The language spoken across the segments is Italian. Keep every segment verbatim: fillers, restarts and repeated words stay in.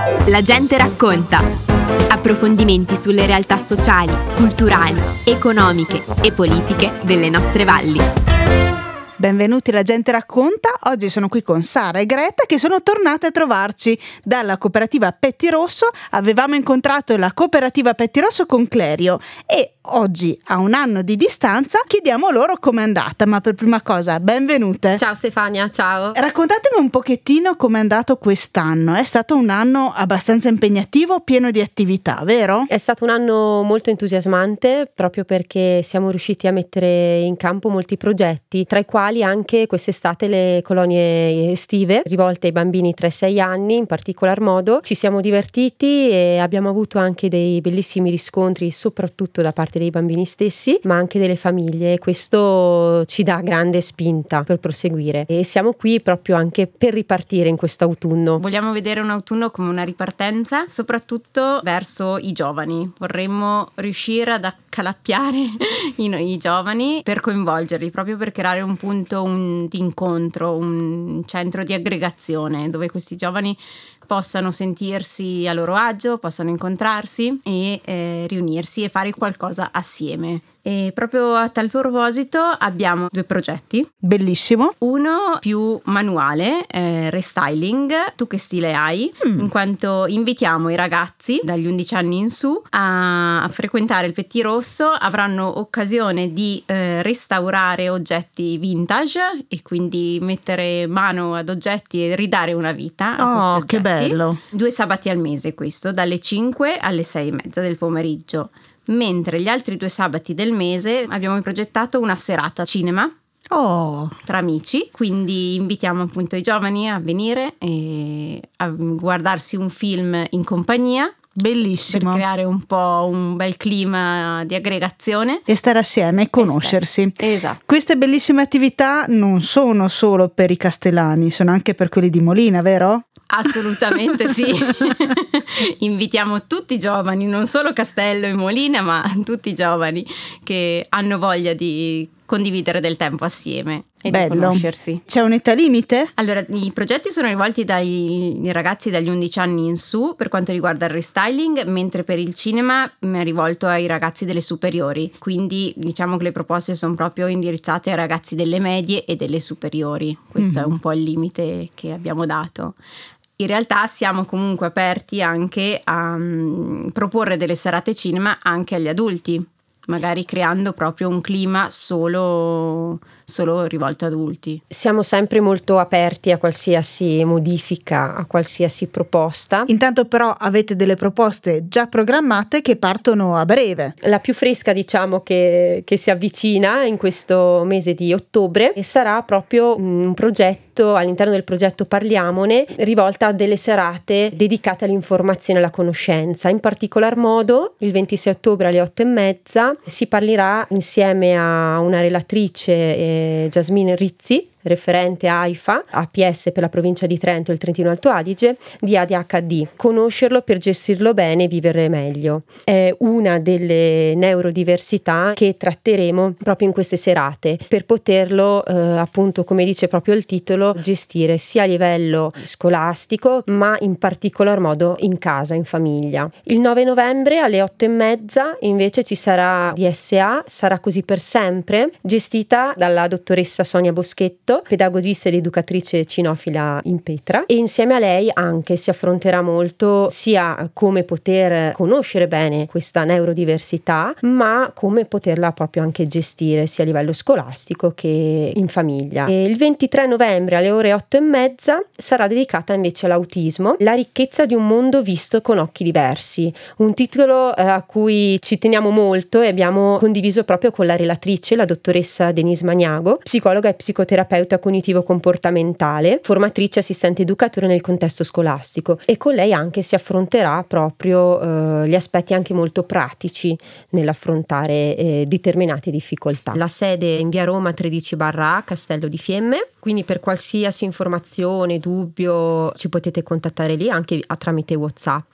La gente racconta. Approfondimenti sulle realtà sociali, culturali, economiche e politiche delle nostre valli. Benvenuti alla gente racconta. Oggi sono qui con Sara e Greta che sono tornate a trovarci dalla cooperativa Pettirosso. Avevamo incontrato la cooperativa Pettirosso con Clerio e oggi, a un anno di distanza, chiediamo loro com'è andata. Ma per prima cosa, benvenute. Ciao Stefania, ciao. Raccontatemi un pochettino com'è andato quest'anno. È stato un anno abbastanza impegnativo, pieno di attività, vero? È stato un anno molto entusiasmante proprio perché siamo riusciti a mettere in campo molti progetti, tra i quali anche quest'estate le colonie estive rivolte ai bambini tre sei anni in particolar modo. Ci siamo divertiti e abbiamo avuto anche dei bellissimi riscontri, soprattutto da parte dei bambini stessi, ma anche delle famiglie. Questo ci dà grande spinta per proseguire e siamo qui proprio anche per ripartire in quest'autunno. Vogliamo vedere un autunno come una ripartenza, soprattutto verso i giovani. Vorremmo riuscire ad accalappiare i, i giovani per coinvolgerli, proprio per creare un punto un di incontro, un centro di aggregazione dove questi giovani possano sentirsi a loro agio, possano incontrarsi e eh, riunirsi e fare qualcosa assieme. E proprio a tal proposito abbiamo due progetti. Bellissimo. Uno più manuale, eh, restyling. Tu che stile hai? Mm. In quanto invitiamo i ragazzi dagli undici anni in su a, a frequentare il Pettirosso, avranno occasione di eh, restaurare oggetti vintage e quindi mettere mano ad oggetti e ridare una vita a questi Oh, oggetti. che bello. Due sabati al mese questo, dalle cinque alle sei e mezza del pomeriggio. Mentre gli altri due sabati del mese abbiamo progettato una serata cinema Oh. tra amici, quindi invitiamo appunto i giovani a venire e a guardarsi un film in compagnia. Bellissimo. Per creare un po' un bel clima di aggregazione E stare assieme e conoscersi. Esatto. Queste bellissime attività non sono solo per i castellani, sono anche per quelli di Molina, vero? Assolutamente sì. Invitiamo tutti i giovani, non solo Castello e Molina, ma tutti i giovani che hanno voglia di condividere del tempo assieme e Bello. di conoscersi. C'è un'età limite? Allora, i progetti sono rivolti dai ragazzi dagli undici anni in su per quanto riguarda il restyling, mentre per il cinema è rivolto ai ragazzi delle superiori. Quindi diciamo che le proposte sono proprio indirizzate ai ragazzi delle medie e delle superiori. Questo mm-hmm. è un po' il limite che abbiamo dato. In realtà siamo comunque aperti anche a um, proporre delle serate cinema anche agli adulti, magari creando proprio un clima solo, solo rivolto ad adulti. Siamo sempre molto aperti a qualsiasi modifica, a qualsiasi proposta. Intanto però avete delle proposte già programmate che partono a breve. La più fresca diciamo che, che si avvicina in questo mese di ottobre e sarà proprio un progetto all'interno del progetto Parliamone rivolta a delle serate dedicate all'informazione e alla conoscenza. In particolar modo il ventisei ottobre alle otto e mezza si parlerà insieme a una relatrice, eh, Jasmine Rizzi, referente AIFA, A P S per la provincia di Trento e il Trentino Alto Adige, di A D H D. Conoscerlo per gestirlo bene e vivere meglio. È una delle neurodiversità che tratteremo proprio in queste serate per poterlo, eh, appunto, come dice proprio il titolo, gestire sia a livello scolastico ma in particolar modo in casa, in famiglia. Il nove novembre alle otto e mezza invece ci sarà D S A, sarà così per sempre, gestita dalla dottoressa Sonia Boschetto, pedagogista ed educatrice cinofila in Petra, e insieme a lei anche si affronterà molto sia come poter conoscere bene questa neurodiversità ma come poterla proprio anche gestire sia a livello scolastico che in famiglia. E il ventitré novembre alle ore otto e mezza sarà dedicata invece all'autismo, la ricchezza di un mondo visto con occhi diversi, un titolo eh, a cui ci teniamo molto e abbiamo condiviso proprio con la relatrice, la dottoressa Denise Magnago, psicologa e psicoterapeuta cognitivo-comportamentale, formatrice e assistente educatore nel contesto scolastico, e con lei anche si affronterà proprio eh, gli aspetti anche molto pratici nell'affrontare eh, determinate difficoltà. La sede è in via Roma tredici barra A, Castello di Fiemme, quindi per qualsiasi informazione, dubbio ci potete contattare lì anche tramite WhatsApp,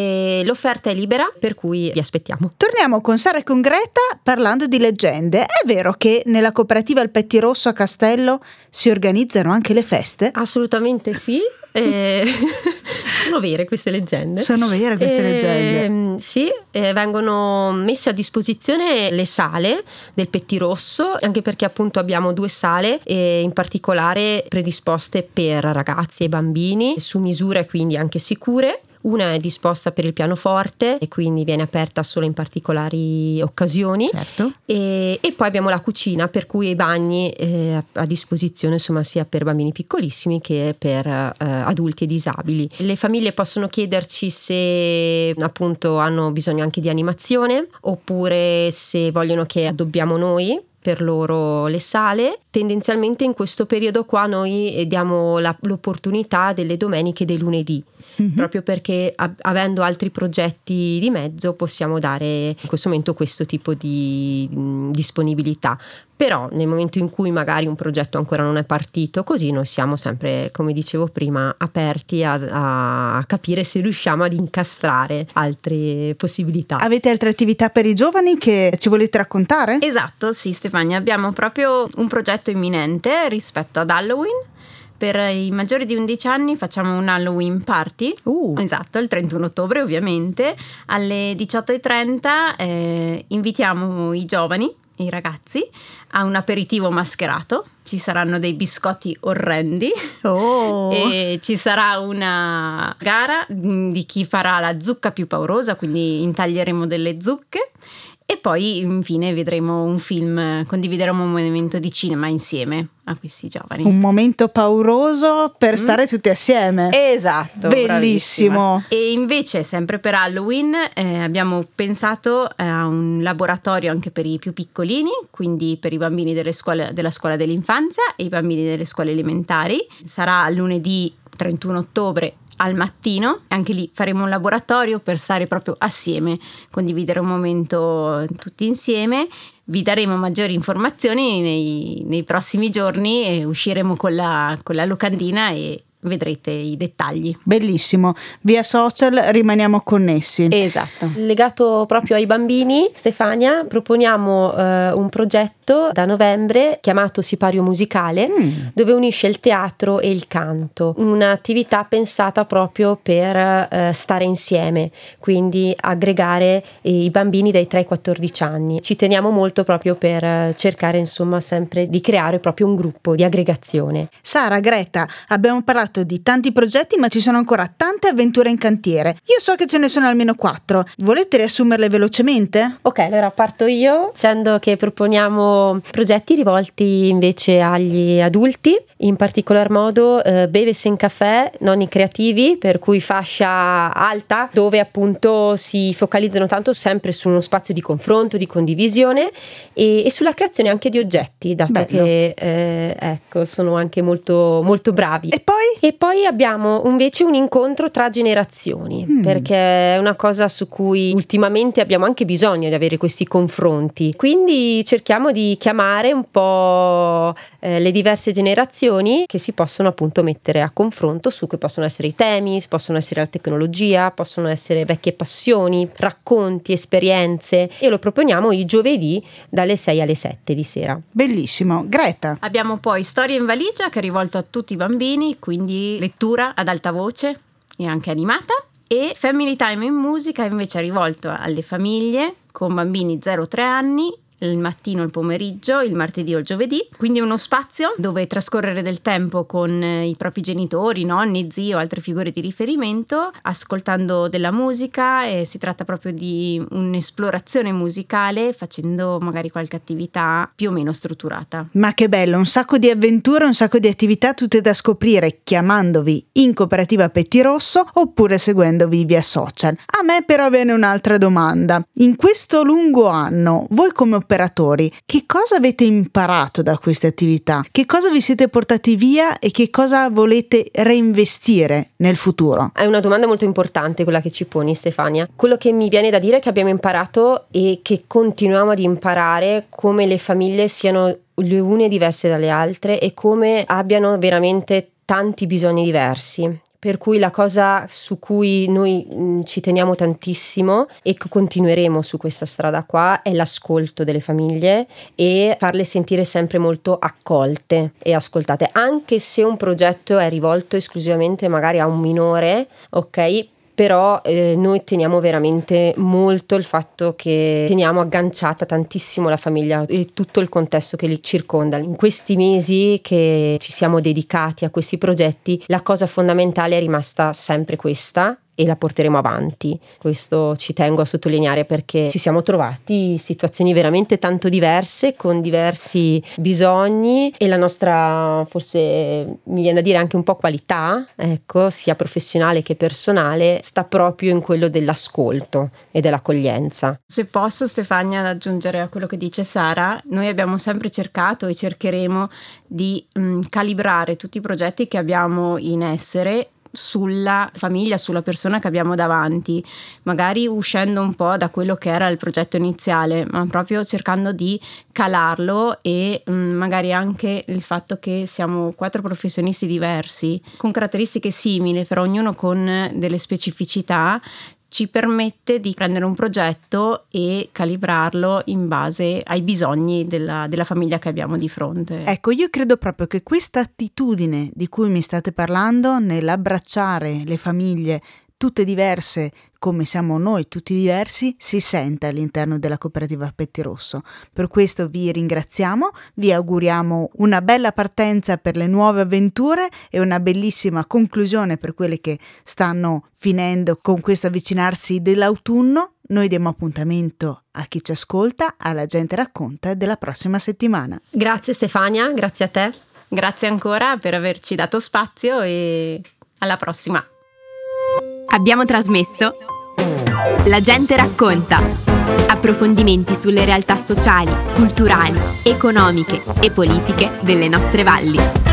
e l'offerta è libera, per cui vi aspettiamo. Torniamo con Sara e con Greta parlando di leggende. È vero che nella cooperativa Il Pettirosso a Castello si organizzano anche le feste? Assolutamente sì. Eh, Sono vere queste leggende? Sono vere queste eh, leggende. Sì, eh, vengono messe a disposizione le sale del Pettirosso, anche perché appunto abbiamo due sale eh, in particolare predisposte per ragazzi e bambini su misura e quindi anche sicure. Una è disposta per il pianoforte e quindi viene aperta solo in particolari occasioni. Certo. E, e poi abbiamo la cucina, per cui i bagni eh, a, a disposizione insomma sia per bambini piccolissimi che per eh, adulti e disabili. Le famiglie possono chiederci se appunto hanno bisogno anche di animazione oppure se vogliono che addobbiamo noi per loro le sale. Tendenzialmente in questo periodo qua noi diamo la, l'opportunità delle domeniche e dei lunedì. Mm-hmm. Proprio perché a- avendo altri progetti di mezzo possiamo dare in questo momento questo tipo di mh, disponibilità. Però nel momento in cui magari un progetto ancora non è partito, così noi siamo sempre, come dicevo prima, aperti a, a capire se riusciamo ad incastrare altre possibilità. Avete altre attività per i giovani che ci volete raccontare? Esatto, sì Stefania, abbiamo proprio un progetto imminente rispetto ad Halloween. Per i maggiori di undici anni facciamo un Halloween party, uh. esatto, il trentuno ottobre ovviamente, alle diciotto e trenta eh, invitiamo i giovani, i ragazzi, a un aperitivo mascherato. Ci saranno dei biscotti orrendi oh. e ci sarà una gara di chi farà la zucca più paurosa, quindi intaglieremo delle zucche. E poi infine vedremo un film, condivideremo un momento di cinema insieme a questi giovani. Un momento pauroso per mm. stare tutti assieme. Esatto. Bellissimo. Bravissima. E invece sempre per Halloween eh, abbiamo pensato a un laboratorio anche per i più piccolini, quindi per i bambini delle scuole, della scuola dell'infanzia e i bambini delle scuole elementari. Sarà lunedì trentuno ottobre al mattino, anche lì faremo un laboratorio per stare proprio assieme, condividere un momento tutti insieme. Vi daremo maggiori informazioni nei, nei prossimi giorni e usciremo con la, con la locandina e vedrete i dettagli. Bellissimo, via social rimaniamo connessi. Esatto. Legato proprio ai bambini, Stefania, proponiamo eh, un progetto da novembre chiamato Sipario Musicale, mm. dove unisce il teatro e il canto, un'attività pensata proprio per eh, stare insieme, quindi aggregare i bambini dai tre ai quattordici anni. Ci teniamo molto proprio per cercare insomma sempre di creare proprio un gruppo di aggregazione. Sara, Greta, abbiamo parlato di tanti progetti, ma ci sono ancora tante avventure in cantiere. Io so che ce ne sono almeno quattro. Volete riassumerle velocemente? Ok, allora parto io dicendo che proponiamo progetti rivolti invece agli adulti, in particolar modo eh, Bevese in caffè, nonni creativi, per cui fascia alta, dove appunto si focalizzano tanto sempre su uno spazio di confronto, di condivisione e, e sulla creazione anche di oggetti, dato Bello. che eh, ecco sono anche molto, molto bravi. E poi? E poi abbiamo invece un incontro tra generazioni, mm. perché è una cosa su cui ultimamente abbiamo anche bisogno di avere questi confronti. Quindi cerchiamo di chiamare un po' eh, le diverse generazioni che si possono appunto mettere a confronto su che possono essere i temi, possono essere la tecnologia, possono essere vecchie passioni, racconti, esperienze, e lo proponiamo il giovedì dalle sei alle sette di sera. Bellissimo. Greta? Abbiamo poi Storia in valigia, che è rivolto a tutti i bambini, quindi lettura ad alta voce e anche animata, e Family Time in musica invece è rivolto alle famiglie con bambini zero tre anni, il mattino, il pomeriggio, il martedì o il giovedì, quindi uno spazio dove trascorrere del tempo con i propri genitori, nonni, zii o altre figure di riferimento, ascoltando della musica, e si tratta proprio di un'esplorazione musicale facendo magari qualche attività più o meno strutturata. Ma che bello, un sacco di avventure, un sacco di attività tutte da scoprire chiamandovi in Cooperativa Pettirosso oppure seguendovi via social. A me però viene un'altra domanda. In questo lungo anno, voi come operatori, che cosa avete imparato da queste attività? Che cosa vi siete portati via e che cosa volete reinvestire nel futuro? È una domanda molto importante quella che ci poni, Stefania. Quello che mi viene da dire è che abbiamo imparato e che continuiamo ad imparare come le famiglie siano le une diverse dalle altre e come abbiano veramente tanti bisogni diversi. Per cui la cosa su cui noi mh, ci teniamo tantissimo e che continueremo su questa strada qua è l'ascolto delle famiglie e farle sentire sempre molto accolte e ascoltate, anche se un progetto è rivolto esclusivamente magari a un minore, ok? Però eh, noi teniamo veramente molto il fatto che teniamo agganciata tantissimo la famiglia e tutto il contesto che li circonda. In questi mesi che ci siamo dedicati a questi progetti, la cosa fondamentale è rimasta sempre questa e la porteremo avanti. Questo ci tengo a sottolineare, perché ci siamo trovati in situazioni veramente tanto diverse, con diversi bisogni, e la nostra, forse mi viene da dire anche un po' qualità, ecco, sia professionale che personale, sta proprio in quello dell'ascolto e dell'accoglienza. Se posso, Stefania, ad aggiungere a quello che dice Sara, noi abbiamo sempre cercato e cercheremo di mh, calibrare tutti i progetti che abbiamo in essere sulla famiglia, sulla persona che abbiamo davanti, magari uscendo un po' da quello che era il progetto iniziale, ma proprio cercando di calarlo e mh, magari anche il fatto che siamo quattro professionisti diversi, con caratteristiche simili, però ognuno con delle specificità, ci permette di prendere un progetto e calibrarlo in base ai bisogni della, della famiglia che abbiamo di fronte. Ecco, io credo proprio che questa attitudine di cui mi state parlando, nell'abbracciare le famiglie tutte diverse come siamo noi tutti diversi, si sente all'interno della cooperativa Pettirosso. Per questo vi ringraziamo, vi auguriamo una bella partenza per le nuove avventure e una bellissima conclusione per quelle che stanno finendo con questo avvicinarsi dell'autunno. Noi diamo appuntamento a chi ci ascolta alla Gente Racconta della prossima settimana. Grazie Stefania, grazie a te. Grazie ancora per averci dato spazio e alla prossima. Abbiamo trasmesso La Gente Racconta. Approfondimenti sulle realtà sociali, culturali, economiche e politiche delle nostre valli.